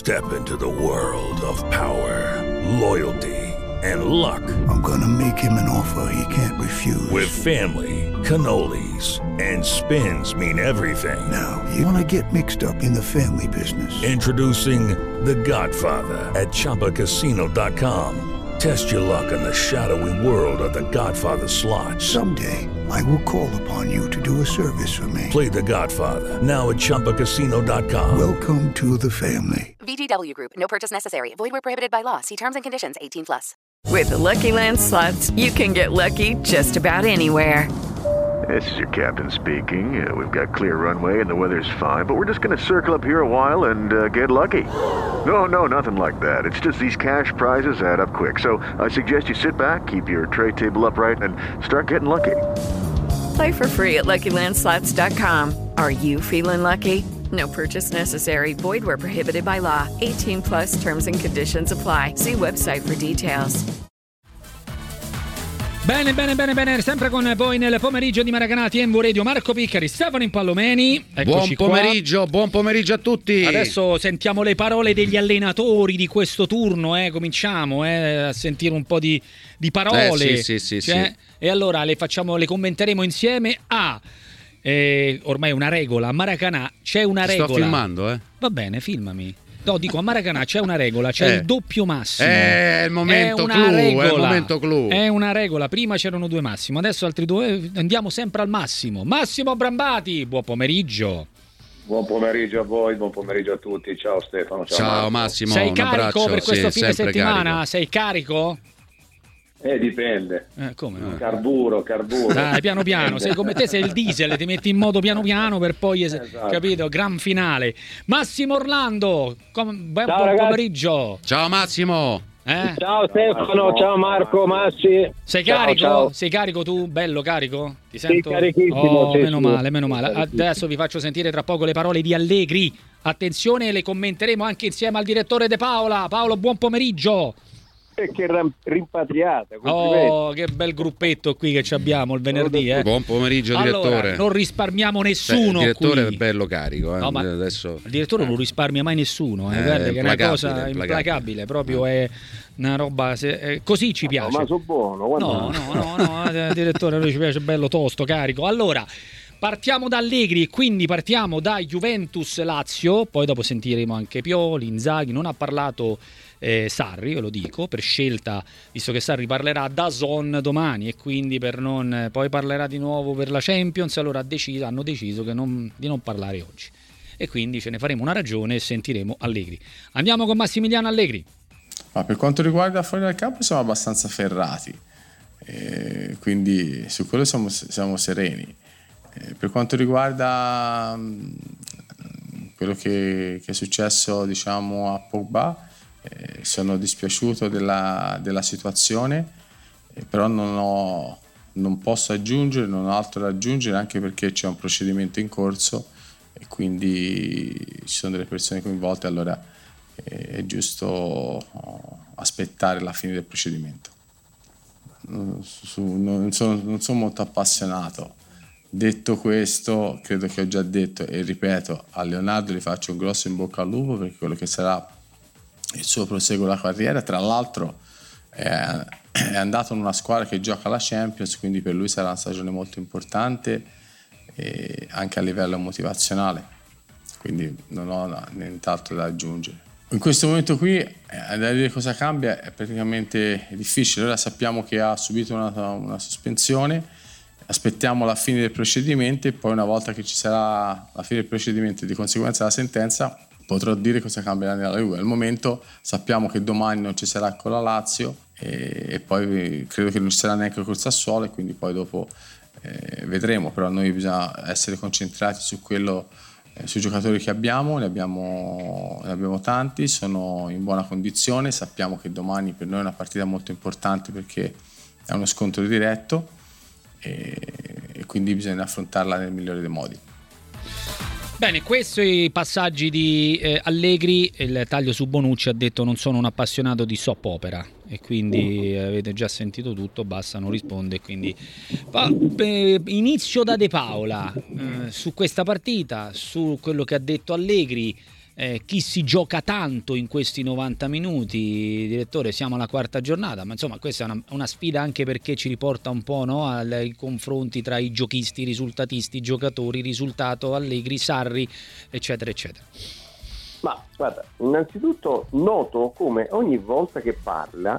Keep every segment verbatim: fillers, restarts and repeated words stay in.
Step into the world of power, loyalty, and luck. I'm gonna make him an offer he can't refuse. With family, cannolis, and spins mean everything. Now, you wanna get mixed up in the family business. Introducing The Godfather at Chumba Casino dot com. Test your luck in the shadowy world of The Godfather slot. Someday, I will call upon you to do a service for me. Play The Godfather now at Chumba Casino dot com. Welcome to the family. V G W Group. No purchase necessary. Void where prohibited by law. See terms and conditions. eighteen plus. With the Lucky Land Slots, you can get lucky just about anywhere. This is your captain speaking. Uh, we've got clear runway and the weather's fine, but we're just going to circle up here a while and uh, get lucky. No, no, nothing like that. It's just these cash prizes add up quick. So I suggest you sit back, keep your tray table upright, and start getting lucky. Play for free at Lucky Land Slots dot com. Are you feeling lucky? No purchase necessary. Void where prohibited by law. eighteen plus terms and conditions apply. See website for details. Bene, bene, bene, bene, sempre con voi nel pomeriggio di Maracanã, T M V Radio, Marco Piccari, Stefano Impallomeni. Buon pomeriggio, qua. buon pomeriggio a tutti. Adesso sentiamo le parole degli allenatori di questo turno, eh. Cominciamo eh, a sentire un po' di, di parole. Eh, sì, sì, sì, cioè, sì. E allora le facciamo, le commenteremo insieme a... Eh, ormai è una regola, a Maracanã c'è una regola. Sto filmando, eh. Va bene, filmami. No, dico, a Maracanã c'è una regola, c'è eh. il doppio massimo. È il momento è una clou, regola, è il momento clou. È una regola, prima c'erano due massimo, adesso altri due, andiamo sempre al massimo. Massimo Brambati, buon pomeriggio. Buon pomeriggio a voi, buon pomeriggio a tutti. Ciao Stefano, ciao, ciao Marco. Massimo. Sei un carico abbraccio. per questo sì, fine settimana? Carico. Sei carico? Eh, dipende. Eh, come no? Carburo, carburo. Dai, piano piano, sei come te, sei il diesel, ti metti in moto piano piano per poi, esatto. Capito? Gran finale. Massimo Orlando, com- buon, buon pomeriggio. Ciao Massimo. Eh? Ciao Stefano, ciao Marco, Massi. Sei ciao, carico? Ciao. Sei carico tu? Bello carico? Ti sì, sento? carichissimo. Oh, sì, meno sì, male, meno male. sì, Adesso vi faccio sentire tra poco le parole di Allegri. Attenzione, le commenteremo anche insieme al direttore De Paola. Paolo, buon pomeriggio. E che rimpatriata. Oh, che bel gruppetto qui che abbiamo il venerdì. Eh. Buon pomeriggio, direttore. Allora, non risparmiamo nessuno. Beh, il direttore qui. è bello carico. Eh. No, ma adesso... Il direttore non risparmia mai nessuno. Eh. Eh, Guarda che è una cosa implacabile, implacabile, proprio è una roba. Se, eh, così ci piace. No, ma sono buono. No, no, no, no, no direttore, a noi ci piace bello tosto, carico. Allora. Partiamo da Allegri e quindi partiamo da Juventus-Lazio, poi dopo sentiremo anche Pioli, Inzaghi, non ha parlato eh, Sarri, ve lo dico, per scelta, visto che Sarri parlerà da D A Z N domani e quindi per non, poi parlerà di nuovo per la Champions, allora ha deciso, hanno deciso che non, di non parlare oggi e quindi ce ne faremo una ragione e sentiremo Allegri. Andiamo con Massimiliano Allegri. Ma per quanto riguarda fuori dal campo siamo abbastanza ferrati, eh, quindi su quello siamo, siamo sereni. Eh, per quanto riguarda mh, quello che, che è successo, diciamo, a Pogba, eh, sono dispiaciuto della, della situazione, eh, però non, ho, non posso aggiungere, non ho altro da aggiungere, anche perché c'è un procedimento in corso e quindi ci sono delle persone coinvolte, allora eh, è giusto oh, aspettare la fine del procedimento. Non, su, non, sono, non sono molto appassionato. Detto questo, credo che ho già detto e ripeto, a Leonardo gli faccio un grosso in bocca al lupo perché quello che sarà il suo proseguo della carriera, tra l'altro è, è andato in una squadra che gioca la Champions, quindi per lui sarà una stagione molto importante e anche a livello motivazionale, quindi non ho nient'altro da aggiungere. In questo momento qui andare a dire cosa cambia è praticamente difficile. Ora sappiamo che ha subito una, una sospensione, aspettiamo la fine del procedimento e poi una volta che ci sarà la fine del procedimento e di conseguenza la sentenza potrò dire cosa cambierà nella Juve. Al momento sappiamo che domani non ci sarà con la Lazio e, e poi credo che non ci sarà neanche col Sassuolo e quindi poi dopo eh, vedremo, però noi bisogna essere concentrati su quello, eh, sui giocatori che abbiamo, ne abbiamo, ne abbiamo tanti, sono in buona condizione, sappiamo che domani per noi è una partita molto importante perché è uno scontro diretto e quindi bisogna affrontarla nel migliore dei modi. Bene, questi passaggi di eh, Allegri. Il taglio su Bonucci ha detto: non sono un appassionato di soap opera, e quindi uh. avete già sentito tutto, basta, non risponde. Quindi Va, eh, inizio da De Paola eh, su questa partita, su quello che ha detto Allegri. eh, chi si gioca tanto in questi novanta minuti. Direttore, siamo alla quarta giornata, ma insomma questa è una, una sfida anche perché ci riporta un po', no, ai confronti tra i giochisti, i risultatisti, i giocatori, risultato, Allegri, Sarri, eccetera eccetera. Ma guarda, innanzitutto noto come ogni volta che parla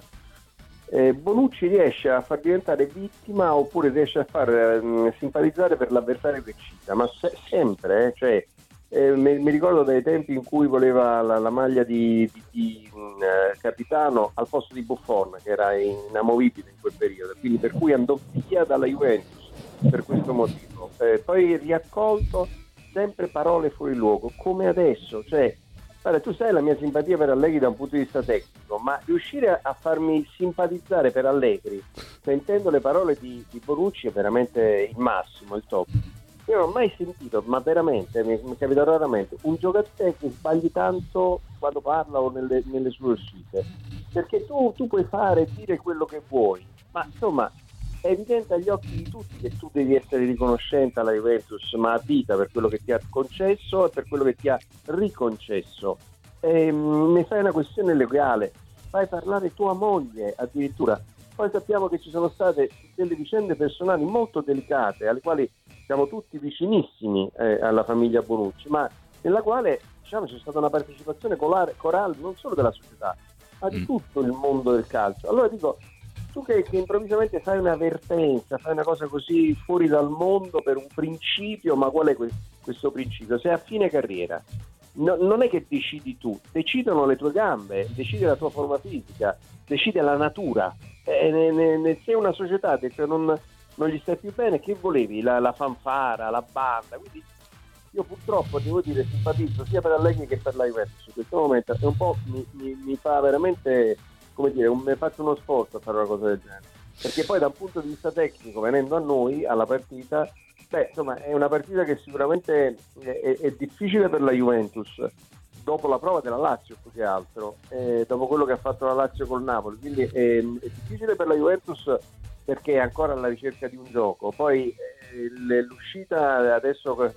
eh, Bonucci riesce a far diventare vittima oppure riesce a far eh, simpatizzare per l'avversario che cita, ma se- sempre, eh, cioè eh, mi, mi ricordo dai tempi in cui voleva la, la maglia di, di, di eh, capitano al posto di Buffon, che era inamovibile in quel periodo, quindi per cui andò via dalla Juventus per questo motivo. Eh, poi riaccolto sempre parole fuori luogo, come adesso, cioè guarda, tu sai la mia simpatia per Allegri da un punto di vista tecnico, ma riuscire a farmi simpatizzare per Allegri sentendo le parole di, di Bonucci è veramente il massimo, il top. Io non ho mai sentito, ma veramente, mi, mi capita raramente, un giocatore che sbagli tanto quando parla o nelle, nelle sue uscite, perché tu, tu puoi fare e dire quello che vuoi, ma insomma è evidente agli occhi di tutti che tu devi essere riconoscente alla Juventus, ma a vita, per quello che ti ha concesso e per quello che ti ha riconcesso. E, mh, ne fai una questione legale, fai parlare tua moglie addirittura. Poi sappiamo che ci sono state delle vicende personali molto delicate, alle quali siamo tutti vicinissimi eh, alla famiglia Bonucci, ma nella quale diciamo c'è stata una partecipazione corale, corale non solo della società, ma di tutto il mondo del calcio. Allora dico, tu che, che improvvisamente fai un'avvertenza, fai una cosa così fuori dal mondo per un principio, ma qual è que- questo principio? Sei a fine carriera, no, non è che decidi tu, decidono le tue gambe, decide la tua forma fisica, decide la natura. E ne, ne, ne, se una società che non, non gli stai più bene, che volevi? La, la fanfara, la banda? Quindi io purtroppo devo dire simpatizzo sia per Allegri che per la Juventus in questo momento, e un po' mi, mi, mi fa veramente, come dire, un, mi faccio uno sforzo a fare una cosa del genere, perché poi da un punto di vista tecnico, venendo a noi alla partita, beh insomma è una partita che sicuramente è, è, è difficile per la Juventus dopo la prova della Lazio più che altro, eh, dopo quello che ha fatto la Lazio col Napoli, quindi è, è difficile per la Juventus perché è ancora alla ricerca di un gioco. Poi eh, l'uscita adesso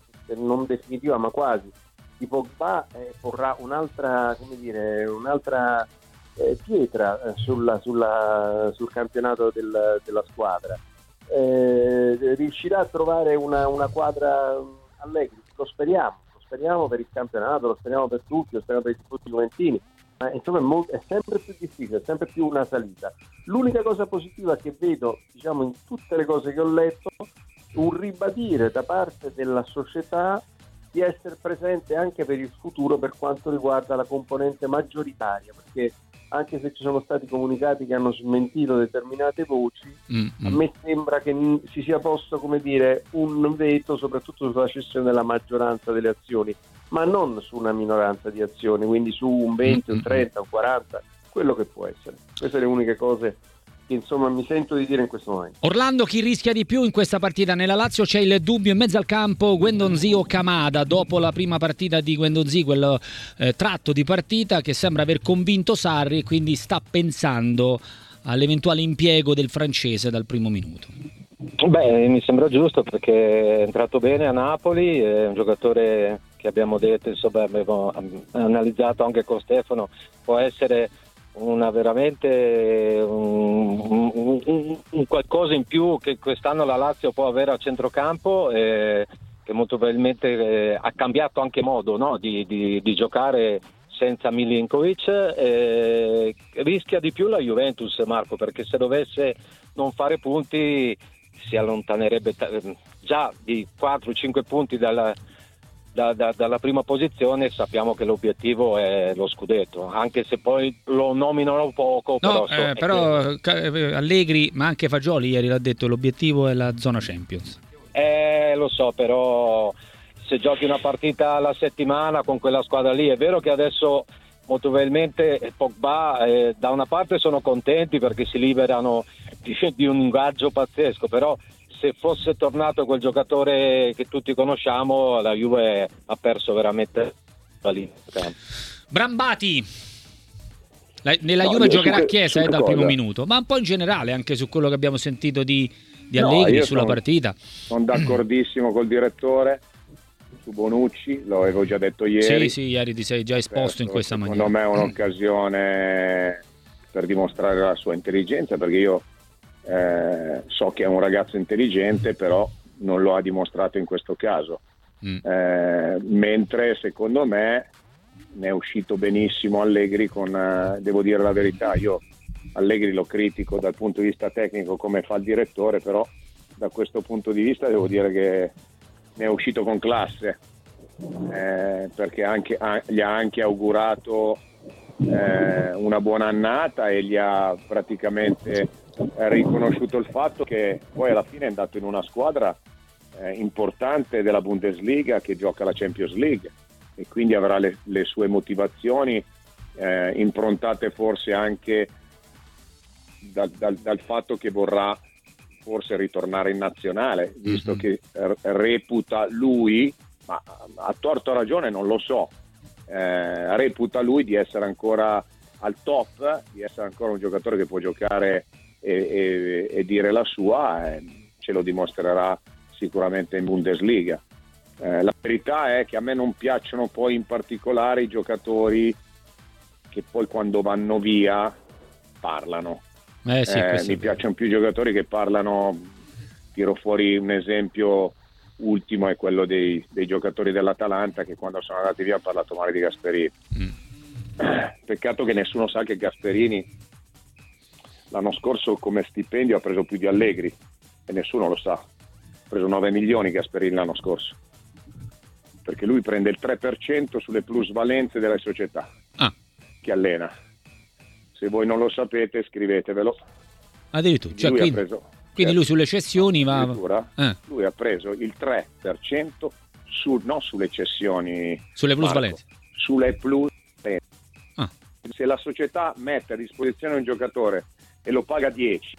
non definitiva ma quasi di Pogba eh, porrà un'altra, come dire, un'altra eh, pietra eh, sulla, sulla, sul campionato del, della squadra. Eh, riuscirà a trovare una, una quadra Allegri, lo speriamo, lo speriamo per il campionato, lo speriamo per tutti, lo speriamo per i tifosi juventini, ma insomma è, molto, è sempre più difficile, è sempre più una salita. L'unica cosa positiva che vedo, diciamo, in tutte le cose che ho letto, un ribadire da parte della società di essere presente anche per il futuro per quanto riguarda la componente maggioritaria, perché anche se ci sono stati comunicati che hanno smentito determinate voci, mm-hmm. a me sembra che si sia posto, come dire, un veto soprattutto sulla cessione della maggioranza delle azioni, ma non su una minoranza di azioni, quindi su un venti, un trenta, un quaranta, quello che può essere. Queste sono le uniche cose che insomma mi sento di dire in questo momento. Orlando, chi rischia di più in questa partita? Nella Lazio c'è il dubbio in mezzo al campo Guendouzi o Kamada, dopo la prima partita di Guendouzi, quel eh, tratto di partita che sembra aver convinto Sarri e quindi sta pensando all'eventuale impiego del francese dal primo minuto. Beh, mi sembra giusto perché è entrato bene a Napoli, è un giocatore che abbiamo detto, insomma abbiamo analizzato anche con Stefano, può essere una veramente un, un, un, un qualcosa in più che quest'anno la Lazio può avere a centrocampo, eh, che molto probabilmente eh, ha cambiato anche modo, no? di, di, di giocare senza Milinkovic. Eh, rischia di più la Juventus, Marco, perché se dovesse non fare punti si allontanerebbe t- già di quattro cinque punti dalla Da, da, dalla prima posizione. Sappiamo che l'obiettivo è lo scudetto, anche se poi lo nominano poco. No, però, so, eh, però che... Allegri, ma anche Fagioli ieri l'ha detto, l'obiettivo è la zona Champions. Eh, lo so, però se giochi una partita alla settimana con quella squadra lì, è vero che adesso molto probabilmente Pogba eh, da una parte sono contenti perché si liberano di, di un ingaggio pazzesco, però se fosse tornato quel giocatore che tutti conosciamo, la Juve ha perso veramente la linea. Brambati, la, nella no, Juve giocherà su, Chiesa su eh, dal cosa? primo minuto, ma un po' in generale anche su quello che abbiamo sentito di, di No, Allegri io sulla sono, partita. Sono d'accordissimo col direttore. su Bonucci, lo avevo già detto ieri. Sì, sì, ieri ti sei già esposto in questa secondo maniera. Secondo me è un'occasione per dimostrare la sua intelligenza, perché io eh, so che è un ragazzo intelligente, però non lo ha dimostrato in questo caso. Mm. Eh, mentre secondo me ne è uscito benissimo Allegri con, eh, devo dire la verità, io Allegri lo critico dal punto di vista tecnico come fa il direttore, però da questo punto di vista devo dire che ne è uscito con classe, eh, perché anche, a, gli ha anche augurato eh, una buona annata e gli ha praticamente eh, riconosciuto il fatto che poi alla fine è andato in una squadra eh, importante della Bundesliga che gioca la Champions League e quindi avrà le, le sue motivazioni eh, improntate forse anche dal, dal, dal fatto che vorrà forse ritornare in nazionale, visto mm-hmm. che r- reputa lui, ma a torto o a ragione non lo so, eh, reputa lui di essere ancora al top, di essere ancora un giocatore che può giocare e, e, e dire la sua, eh, ce lo dimostrerà sicuramente in Bundesliga. Eh, la verità è che a me non piacciono poi in particolare i giocatori che poi quando vanno via parlano. Eh sì, eh, mi piacciono più i giocatori che parlano. Tiro fuori un esempio ultimo, è quello dei, dei giocatori dell'Atalanta che quando sono andati via hanno parlato male di Gasperini. Mm. Peccato che nessuno sa che Gasperini l'anno scorso come stipendio ha preso più di Allegri e nessuno lo sa. Ha preso nove milioni Gasperini l'anno scorso, perché lui prende il tre per cento sulle plusvalenze delle società ah. che allena. Se voi non lo sapete scrivetevelo. Addirittura, cioè, lui quindi, ha preso, quindi lui sulle cessioni va... eh. Lui ha preso il tre per cento su, non sulle cessioni, sulle plusvalenze, sulle plusvalenze. Ah. Se la società mette a disposizione un giocatore e lo paga dieci,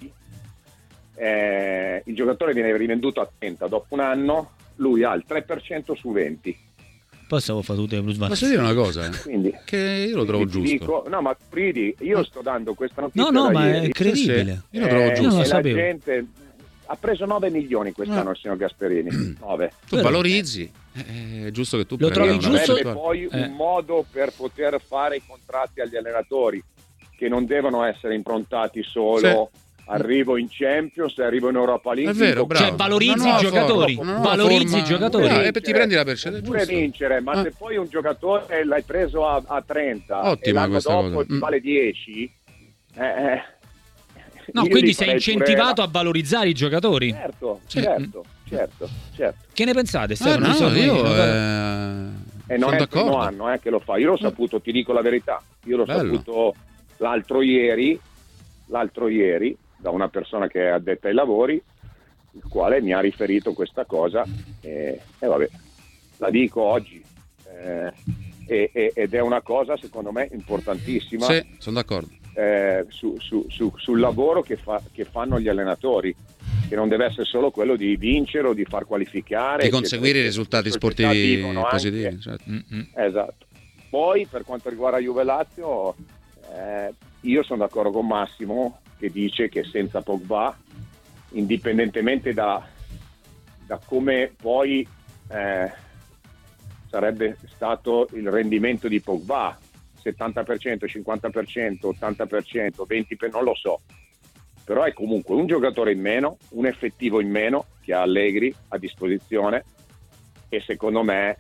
eh, il giocatore viene rivenduto a trenta, dopo un anno lui ha il tre per cento su venti. Poi stavo facendo tutte le plusvalenze. Posso dire una cosa? Eh? Quindi, che io lo trovo giusto. Dico, no, ma Pridi, io sto dando questa notizia. No, no, ma ieri. è incredibile. Sì, sì. Io lo trovo eh, giusto. E la la gente ha preso nove milioni quest'anno, ah. il signor Gasperini. nove. Tu Però, valorizzi, è giusto che tu lo trovi giusto. Sarebbe poi eh. un modo per poter fare i contratti agli allenatori che non devono essere improntati solo. Sì. Arrivo in Champions, arrivo in Europa League. È vero, bravo. Cioè valorizzi i giocatori, forma, valorizzi forma, i giocatori bravo, e ti prendi la percentuale. Pure vincere, ma ah. se poi un giocatore l'hai preso a, a trenta Ottima e l'anno dopo cosa. ti mm. vale dieci, eh, eh, no, quindi sei incentivato pure... a valorizzare i giocatori. Certo, certo, certo, certo. Che ne pensate, Stefano? Eh, no, io eh, e non è il d'accordo. primo anno eh, che lo fa. Io l'ho saputo, ti dico la verità. Io l'ho Bello. saputo l'altro ieri, l'altro ieri. da una persona che è addetta ai lavori, il quale mi ha riferito questa cosa e, e vabbè, la dico oggi eh, e, e, ed è una cosa secondo me importantissima. Sì, sono d'accordo. Eh, su, su, su, sul lavoro che, fa, che fanno gli allenatori, che non deve essere solo quello di vincere o di far qualificare, di conseguire i risultati sportivi positivi. Certo. Esatto. Poi per quanto riguarda Juve Lazio, eh, io sono d'accordo con Massimo che dice che senza Pogba, indipendentemente da, da come poi eh, sarebbe stato il rendimento di Pogba, settanta per cento, cinquanta per cento, ottanta per cento, venti per cento, non lo so, però è comunque un giocatore in meno, un effettivo in meno che ha Allegri a disposizione e secondo me,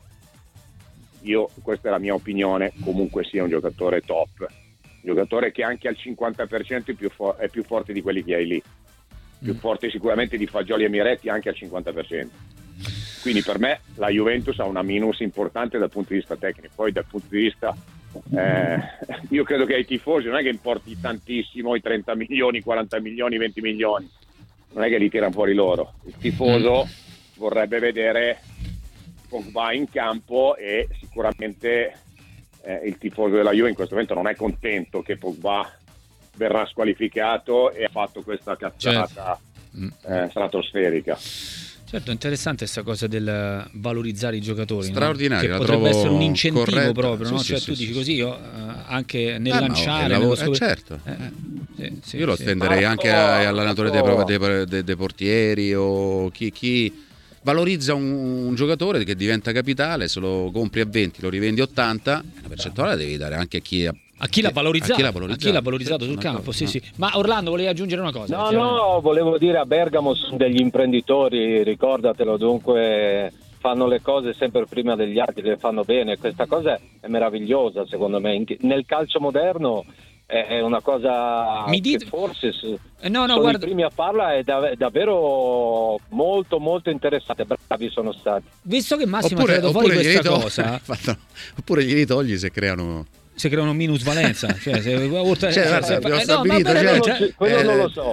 io questa è la mia opinione, comunque sia un giocatore top. Giocatore che anche al cinquanta per cento è più, for- è più forte di quelli che hai lì, più mm. forte sicuramente di Fagioli e Miretti anche al cinquanta per cento. Quindi per me la Juventus ha una minus importante dal punto di vista tecnico. Poi dal punto di vista eh, io credo che ai tifosi non è che importi tantissimo i trenta milioni, quaranta milioni, venti milioni, non è che li tirano fuori loro. Il tifoso mm. vorrebbe vedere Pogba in campo e sicuramente Eh, il tifoso della Juve in questo momento non è contento che Pogba verrà squalificato e ha fatto questa cazzata certo. eh, stratosferica. Certo, interessante questa cosa del valorizzare i giocatori, straordinario, no? Che la potrebbe trovo essere un incentivo corretta. proprio, sì, no? sì, Cioè sì, tu sì, dici sì. così io, eh, anche nel eh, lanciare, no, nello eh, scop- certo. eh, sì, sì, io lo sì. stenderei Marco, anche agli allenatori dei, Marco. dei, dei, dei portieri o chi, chi valorizza un, un giocatore che diventa capitale, se lo compri a venti, lo rivendi a ottanta, una percentuale la devi dare anche a chi ha A chi l'ha valorizzato, a chi l'ha valorizzato, a chi l'ha valorizzato sul campo, sì, sì. Ma Orlando, volevi aggiungere una cosa? No, no, volevo dire, a Bergamo sono degli imprenditori, ricordatelo, dunque fanno le cose sempre prima degli altri, le fanno bene. Questa cosa è meravigliosa, secondo me. Nel calcio moderno è una cosa Mi dite... che forse no, no, sono guarda... i primi a farla, è dav- davvero molto molto interessante, bravi sono stati. Visto che Massimo oppure, ha tirato fuori questa to- cosa, oppure glieli togli se creano se creano minusvalenza, cioè se oltre cioè, cioè, guarda, se, abbiamo eh, stabilito, no, cioè, cioè, quello eh, non lo so.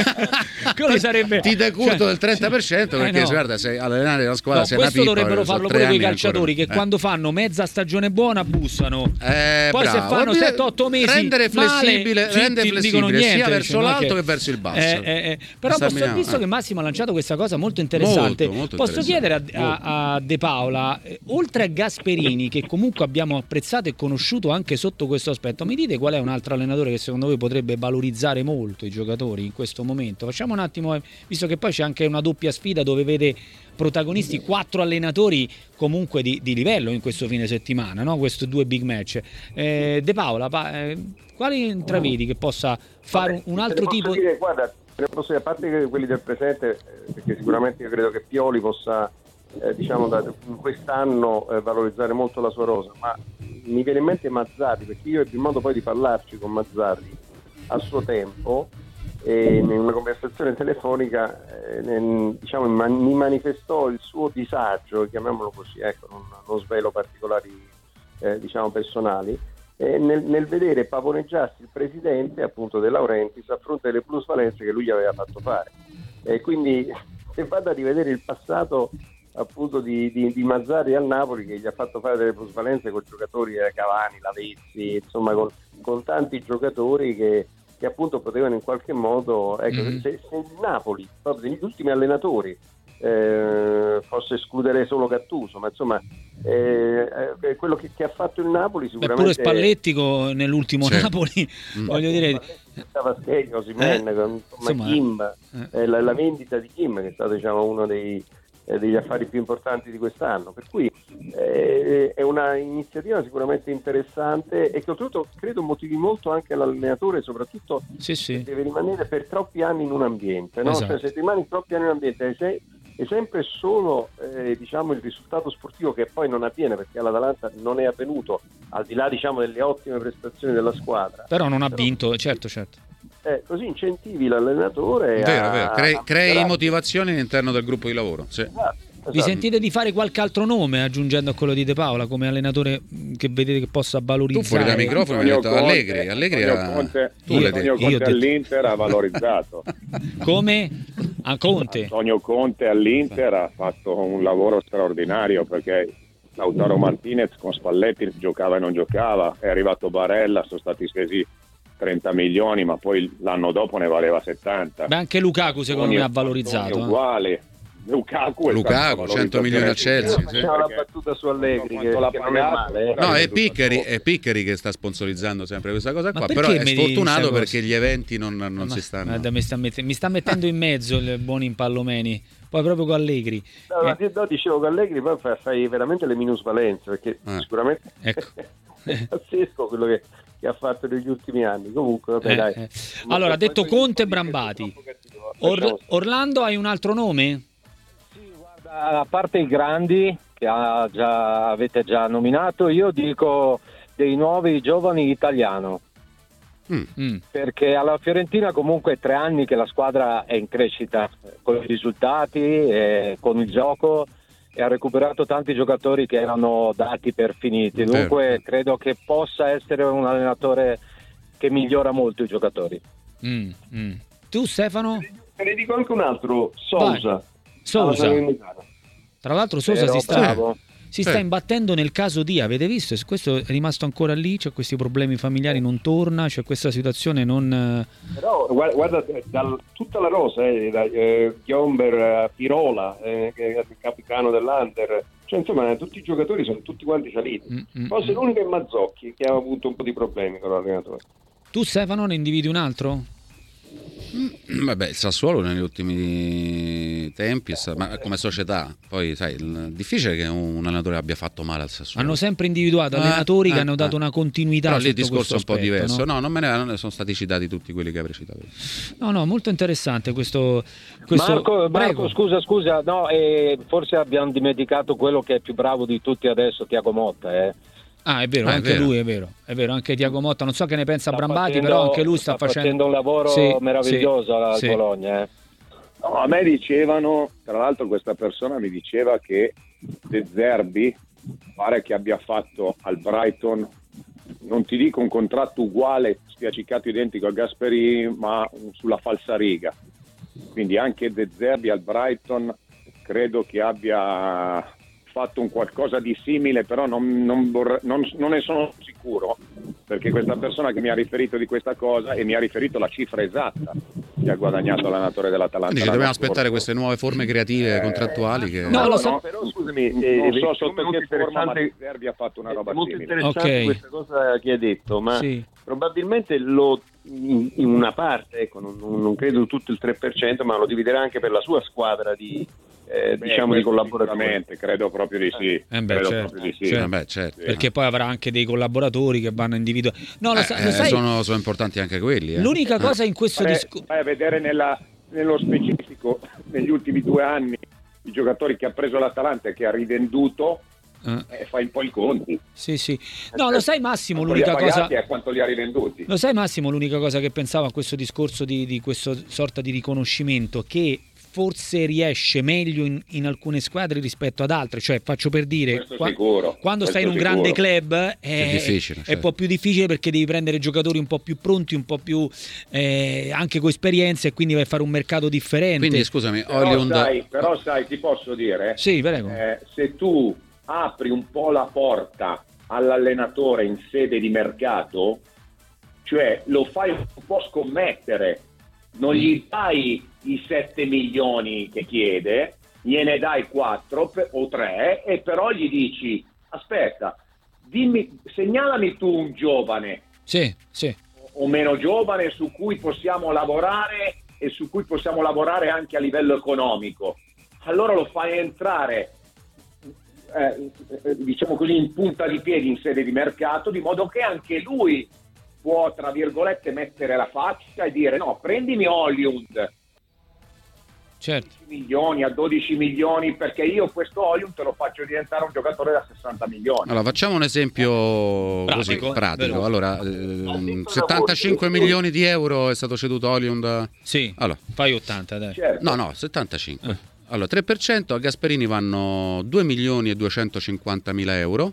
quello sarebbe ti decurto cioè, del trenta per cento perché eh, no. guarda, se allenare la squadra no, sei una questo pippa, dovrebbero farlo pure quei calciatori ancora. che eh. quando fanno mezza stagione buona bussano, eh, poi bravo. se fanno sette otto mesi rendere flessibile, male, rendere zitti, flessibile dicono niente, sia verso cioè, l'alto che, che verso il basso. eh, eh, eh. Però posso, visto eh. che Massimo ha lanciato questa cosa molto interessante, molto, molto posso interessante. chiedere a, a, a De Paola, eh, oltre a Gasperini, che comunque abbiamo apprezzato e conosciuto anche sotto questo aspetto, mi dite qual è un altro allenatore che secondo voi potrebbe valorizzare molto i giocatori in questo momento? Facciamo un attimo, eh, visto che poi c'è anche una doppia sfida dove vede protagonisti quattro allenatori comunque di, di livello in questo fine settimana, no? Questi due big match. Eh, De Paola, pa, eh, quali intravedi che possa fare Vabbè, un altro te ne tipo? Dire, guarda, te ne posso dire, a parte che quelli del presente, eh, perché sicuramente io credo che Pioli possa, eh, diciamo, da, in quest'anno eh, valorizzare molto la sua rosa, ma mi viene in mente Mazzarri, perché io ebbi modo poi di parlarci con Mazzarri a suo tempo, e in una conversazione telefonica eh, nel, diciamo, mi manifestò il suo disagio, chiamiamolo così, ecco, non, non svelo particolari eh, diciamo personali, eh, nel, nel vedere pavoneggiarsi il presidente appunto De Laurentiis a fronte delle plusvalenze che lui gli aveva fatto fare. E quindi se vado a rivedere il passato appunto di, di, di Mazzarri al Napoli, che gli ha fatto fare delle plusvalenze con giocatori eh, Cavani, Lavezzi, insomma con, con tanti giocatori che, che appunto potevano in qualche modo, ecco, mm-hmm. se, se il Napoli, proprio degli ultimi allenatori, eh, posso escludere solo Gattuso, ma insomma eh, eh, quello che, che ha fatto il Napoli sicuramente. Beh, pure Spalletti nell'ultimo sì. Napoli, mm. voglio dire, Stavaschegli, Osimhen, eh, insomma, insomma, Kim, eh. eh, la, la vendita di Kim, che è stato diciamo uno dei degli affari più importanti di quest'anno, per cui eh, è una iniziativa sicuramente interessante e che oltretutto credo motivi molto anche l'allenatore, soprattutto sì, sì. deve rimanere per troppi anni in un ambiente, no? Esatto. Cioè, se rimani troppi anni in un ambiente è, è sempre solo eh, diciamo il risultato sportivo, che poi non avviene, perché all'Atalanta non è avvenuto, al di là diciamo delle ottime prestazioni della squadra, però non ha però, vinto, certo certo. Eh, così incentivi l'allenatore vero, a, vero. Crei, a crei motivazioni all'interno del gruppo di lavoro, sì. Esatto, esatto. Vi sentite di fare qualche altro nome aggiungendo a quello di De Paola come allenatore che vedete che possa valorizzare? Tu fuori dal microfono mi hai detto Allegri, Allegri Antonio Conte, tu l'hai Antonio detto. Conte all'Inter ha valorizzato. Come? A Conte? Antonio Conte all'Inter ha fatto un lavoro straordinario, perché Lautaro Martinez con Spalletti giocava e non giocava, è arrivato Barella, sono stati spesi trenta milioni, ma poi l'anno dopo ne valeva settanta. Beh, anche Lukaku secondo Antonio, me ha valorizzato. Antonio Eh. uguale. Lukaku, è Lukaku, cento milioni al Chelsea. Sì, la battuta su Allegri che, la che non è male. No, è Piccari, è Piccari che sta sponsorizzando sempre questa cosa qua, Ma però è mi sfortunato dici perché gli eventi non, non Ma, si stanno. guarda, mi, sta mette- mi sta mettendo in mezzo il buon Impallomeni, poi proprio con Allegri. No, Eh, no, dicevo che Allegri poi fa- fai veramente le minusvalenze, perché Eh. sicuramente Ecco. è pazzesco quello che, che ha fatto negli ultimi anni. Comunque vabbè, eh, dai. eh. Allora, detto Conte e Brambati, Or- Orlando, hai un altro nome? A parte i grandi che ha già, avete già nominato, io dico dei nuovi giovani italiano, Mm. Mm. perché alla Fiorentina comunque è tre anni che la squadra è in crescita con i risultati e con il gioco, e ha recuperato tanti giocatori che erano dati per finiti, dunque Certo. credo che possa essere un allenatore che migliora molto i giocatori. Mm, mm. Tu Stefano? Te ne dico anche un altro, Sousa. Sousa. Alla Salernitana. Tra l'altro Sousa Però si sta, bravo. si Sì. sta imbattendo nel caso di, avete visto? Questo è rimasto ancora lì, c'è questi problemi familiari, non torna, c'è questa situazione non... Però guarda, guarda dal, tutta la rosa, eh, da eh, Ghiomber a Pirola, eh, che è il capitano dell'Under, cioè insomma tutti i giocatori sono tutti quanti saliti. Mm, mm, Forse mm. l'unico è Mazzocchi che ha avuto un po' di problemi con l'allenatore. Tu Stefano ne individi un altro? Vabbè, il Sassuolo negli ultimi tempi, ma come società, poi sai, il difficile che un allenatore abbia fatto male al Sassuolo. Hanno sempre individuato allenatori eh, che hanno dato eh. una continuità. Però lì il sotto discorso è un po' aspetto, diverso. no? No, non me ne, non ne sono stati citati tutti quelli che avrei citato. No, no, molto interessante questo. questo... Marco, Marco scusa, scusa, no, eh, forse abbiamo dimenticato quello che è più bravo di tutti adesso, Thiago Motta, eh. Ah, è vero, Ah, è anche vero. lui è vero, è vero, anche Thiago Motta, non so che ne pensa Sta Brambati, facendo- però anche lui sta, sta facendo un lavoro Sì, meraviglioso sì, al sì. Bologna, eh. No, a me dicevano, tra l'altro questa persona mi diceva che De Zerbi pare che abbia fatto al Brighton, non ti dico un contratto uguale, spiaccicato identico a Gasperini, ma sulla falsariga. Quindi anche De Zerbi al Brighton credo che abbia fatto un qualcosa di simile, però non, non, vorrei- non- non ne sono sicuro, perché questa persona che mi ha riferito di questa cosa e mi ha riferito la cifra esatta che ha guadagnato l'allenatore dell'Atalanta. Quindi ci l'anno dobbiamo scorso. aspettare queste nuove forme creative contrattuali che... No, lo so. No, però scusami, Non eh, so eh, sotto molto che forma, ma interessante- Zerbi ha fatto una roba è molto simile. interessante Ok. questa cosa che hai detto, ma Sì. probabilmente lo in, in una parte, ecco, non, non credo tutto il tre per cento, ma lo dividerà anche per la sua squadra di eh, Beh, diciamo di questo collaboratori. sicuramente, credo proprio di sì. Eh beh, credo certo, proprio di sì. certo. Vabbè, certo. Perché poi avrà anche dei collaboratori che vanno individuati. No, lo, Eh, sa- lo eh, sai, sono, sono importanti anche quelli. eh. l'unica Eh. cosa in questo Vai- discorso. vai a vedere nella- nello specifico negli ultimi due anni i giocatori che ha preso l'Atalanta e che ha rivenduto, eh, fai un po' i conti. Sì, sì. No, lo sai Massimo, Quanto li ha l'unica cosa. pagati e a quanto li ha rivenduti. Lo sai Massimo, l'unica cosa che pensavo a questo discorso di, di questa sorta di riconoscimento, che forse riesce meglio in, in alcune squadre rispetto ad altre, cioè faccio per dire, Questo qua- sicuro, quando questo stai in un sicuro. grande club è, È difficile, è certo. un po' più difficile perché devi prendere giocatori un po' più pronti, un po' più eh, anche con esperienza, e quindi vai a fare un mercato differente. Quindi scusami, Però Højlund... sai, però sai, ti posso dire, Sì, prego. eh, se tu apri un po' la porta all'allenatore in sede di mercato, cioè lo fai un po' scommettere, non gli dai i sette milioni che chiede, gliene dai quattro o tre, e però gli dici aspetta, dimmi, segnalami tu un giovane Sì, sì. o meno giovane su cui possiamo lavorare e su cui possiamo lavorare anche a livello economico. Allora lo fai entrare eh, eh, diciamo così in punta di piedi in sede di mercato, di modo che anche lui può, tra virgolette, mettere la faccia e dire no, prendimi Højlund Certo. milioni a dodici milioni, perché io questo Højlund te lo faccio diventare un giocatore da sessanta milioni. Allora, facciamo un esempio Pratico, così pratico. vero. Allora, ehm, settantacinque milioni di euro è stato ceduto Højlund. Sì, Allora, fai ottanta, dai. Certo. no, no, settantacinque. Allora, tre per cento a Gasperini vanno due milioni e duecentocinquantamila euro.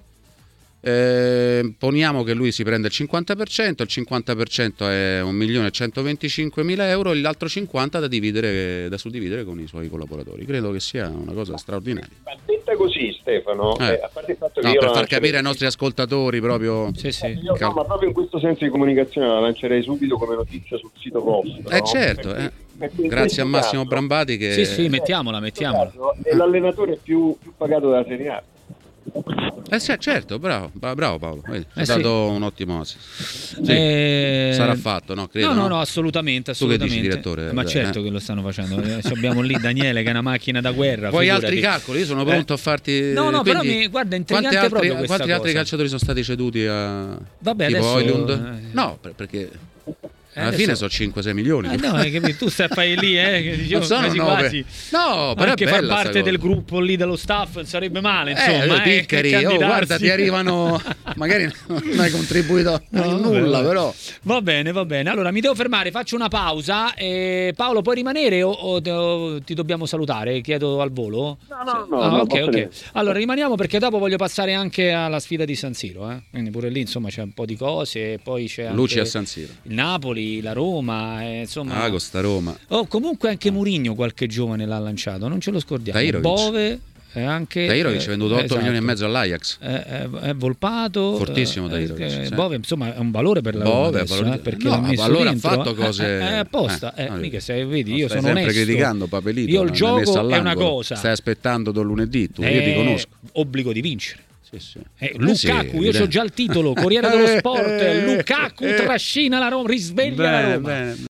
Eh, poniamo che lui si prende il cinquanta per cento, il cinquanta per cento è un milione e centoventicinquemila euro, e l'altro cinquanta da dividere, da suddividere con i suoi collaboratori. Credo che sia una cosa straordinaria. Ma detta così, Stefano, Eh. eh, a parte il fatto che No, io per la far lancerei- capire ai nostri ascoltatori proprio... Sì, sì. Io, no, ma proprio in questo senso di comunicazione la lancerei subito come notizia sul sito vostro. Eh no? certo, Perché- eh. perché in Grazie a questo Massimo caso- Brambati che... Sì, sì, mettiamola, in questo mettiamola. caso è l'allenatore più, più pagato della Serie A. Eh sì, certo, bravo, bra- bravo Paolo, vedi, Eh hai sì. dato un ottimo assist. Sì, Eh, sarà fatto, no? Credo, no, no, no, assolutamente, Tu che dici, assolutamente. direttore? Ma Eh, certo eh. che lo stanno facendo. Eh, ci abbiamo lì Daniele che è una macchina da guerra. Poi figurati. altri calcoli, io sono pronto Eh. a farti... No, no, però quindi, mi guarda, è quanti intrigante altri, proprio questa quanti altri cosa. calciatori sono stati ceduti a Vabbè, tipo adesso- Højlund? eh. No, per- perché alla adesso- fine sono cinque sei milioni. Eh, no, hai capito? Tu stai fai lì, eh, che dicevo, Non sono quasi nove. quasi. No, però anche è far bella sta parte cosa. del gruppo lì dello staff non sarebbe male, Eh, insomma, eh, eh, piccari, che oh, candidarsi. guarda, ti arrivano, magari non hai contribuito No, in nulla, vabbè. però. Va bene, va bene. Allora mi devo fermare, faccio una pausa. E Paolo, puoi rimanere o, o- o ti dobbiamo salutare? Chiedo al volo. No, no, no. Ah, no, ok, posso ok. dire. Allora rimaniamo perché dopo voglio passare anche alla sfida di San Siro. Eh? Quindi pure lì insomma c'è un po' di cose. E poi c'è anche Luci a San Siro. il Napoli, la Roma. eh, insomma. Ah, Costa Roma. Oh, comunque anche Mourinho qualche giovane l'ha lanciato, non ce lo scordiamo. Tahirovic. Bove. È anche Tahirovic ha venduto otto esatto. milioni e mezzo all'Ajax. È, è, è Volpato. Fortissimo eh, Tahirovic, eh, sì. Bove insomma è un valore per la Roma Bove, adesso, valore- eh, perché no, l'ha messo allora ha dentro, fatto eh, cose- eh, è apposta eh, eh, no, mica se vedi No, io stai sono sempre onesto, criticando Papelito. io il l'hai gioco messo è una all'angolo. cosa, Stai aspettando da lunedì, tu, io è ti conosco. obbligo di vincere. Sì, sì. Eh, Eh Lukaku, sì, io evidente. ho già il titolo, Corriere dello Sport, Lukaku trascina la Roma, risveglia la Bene, Roma. bene.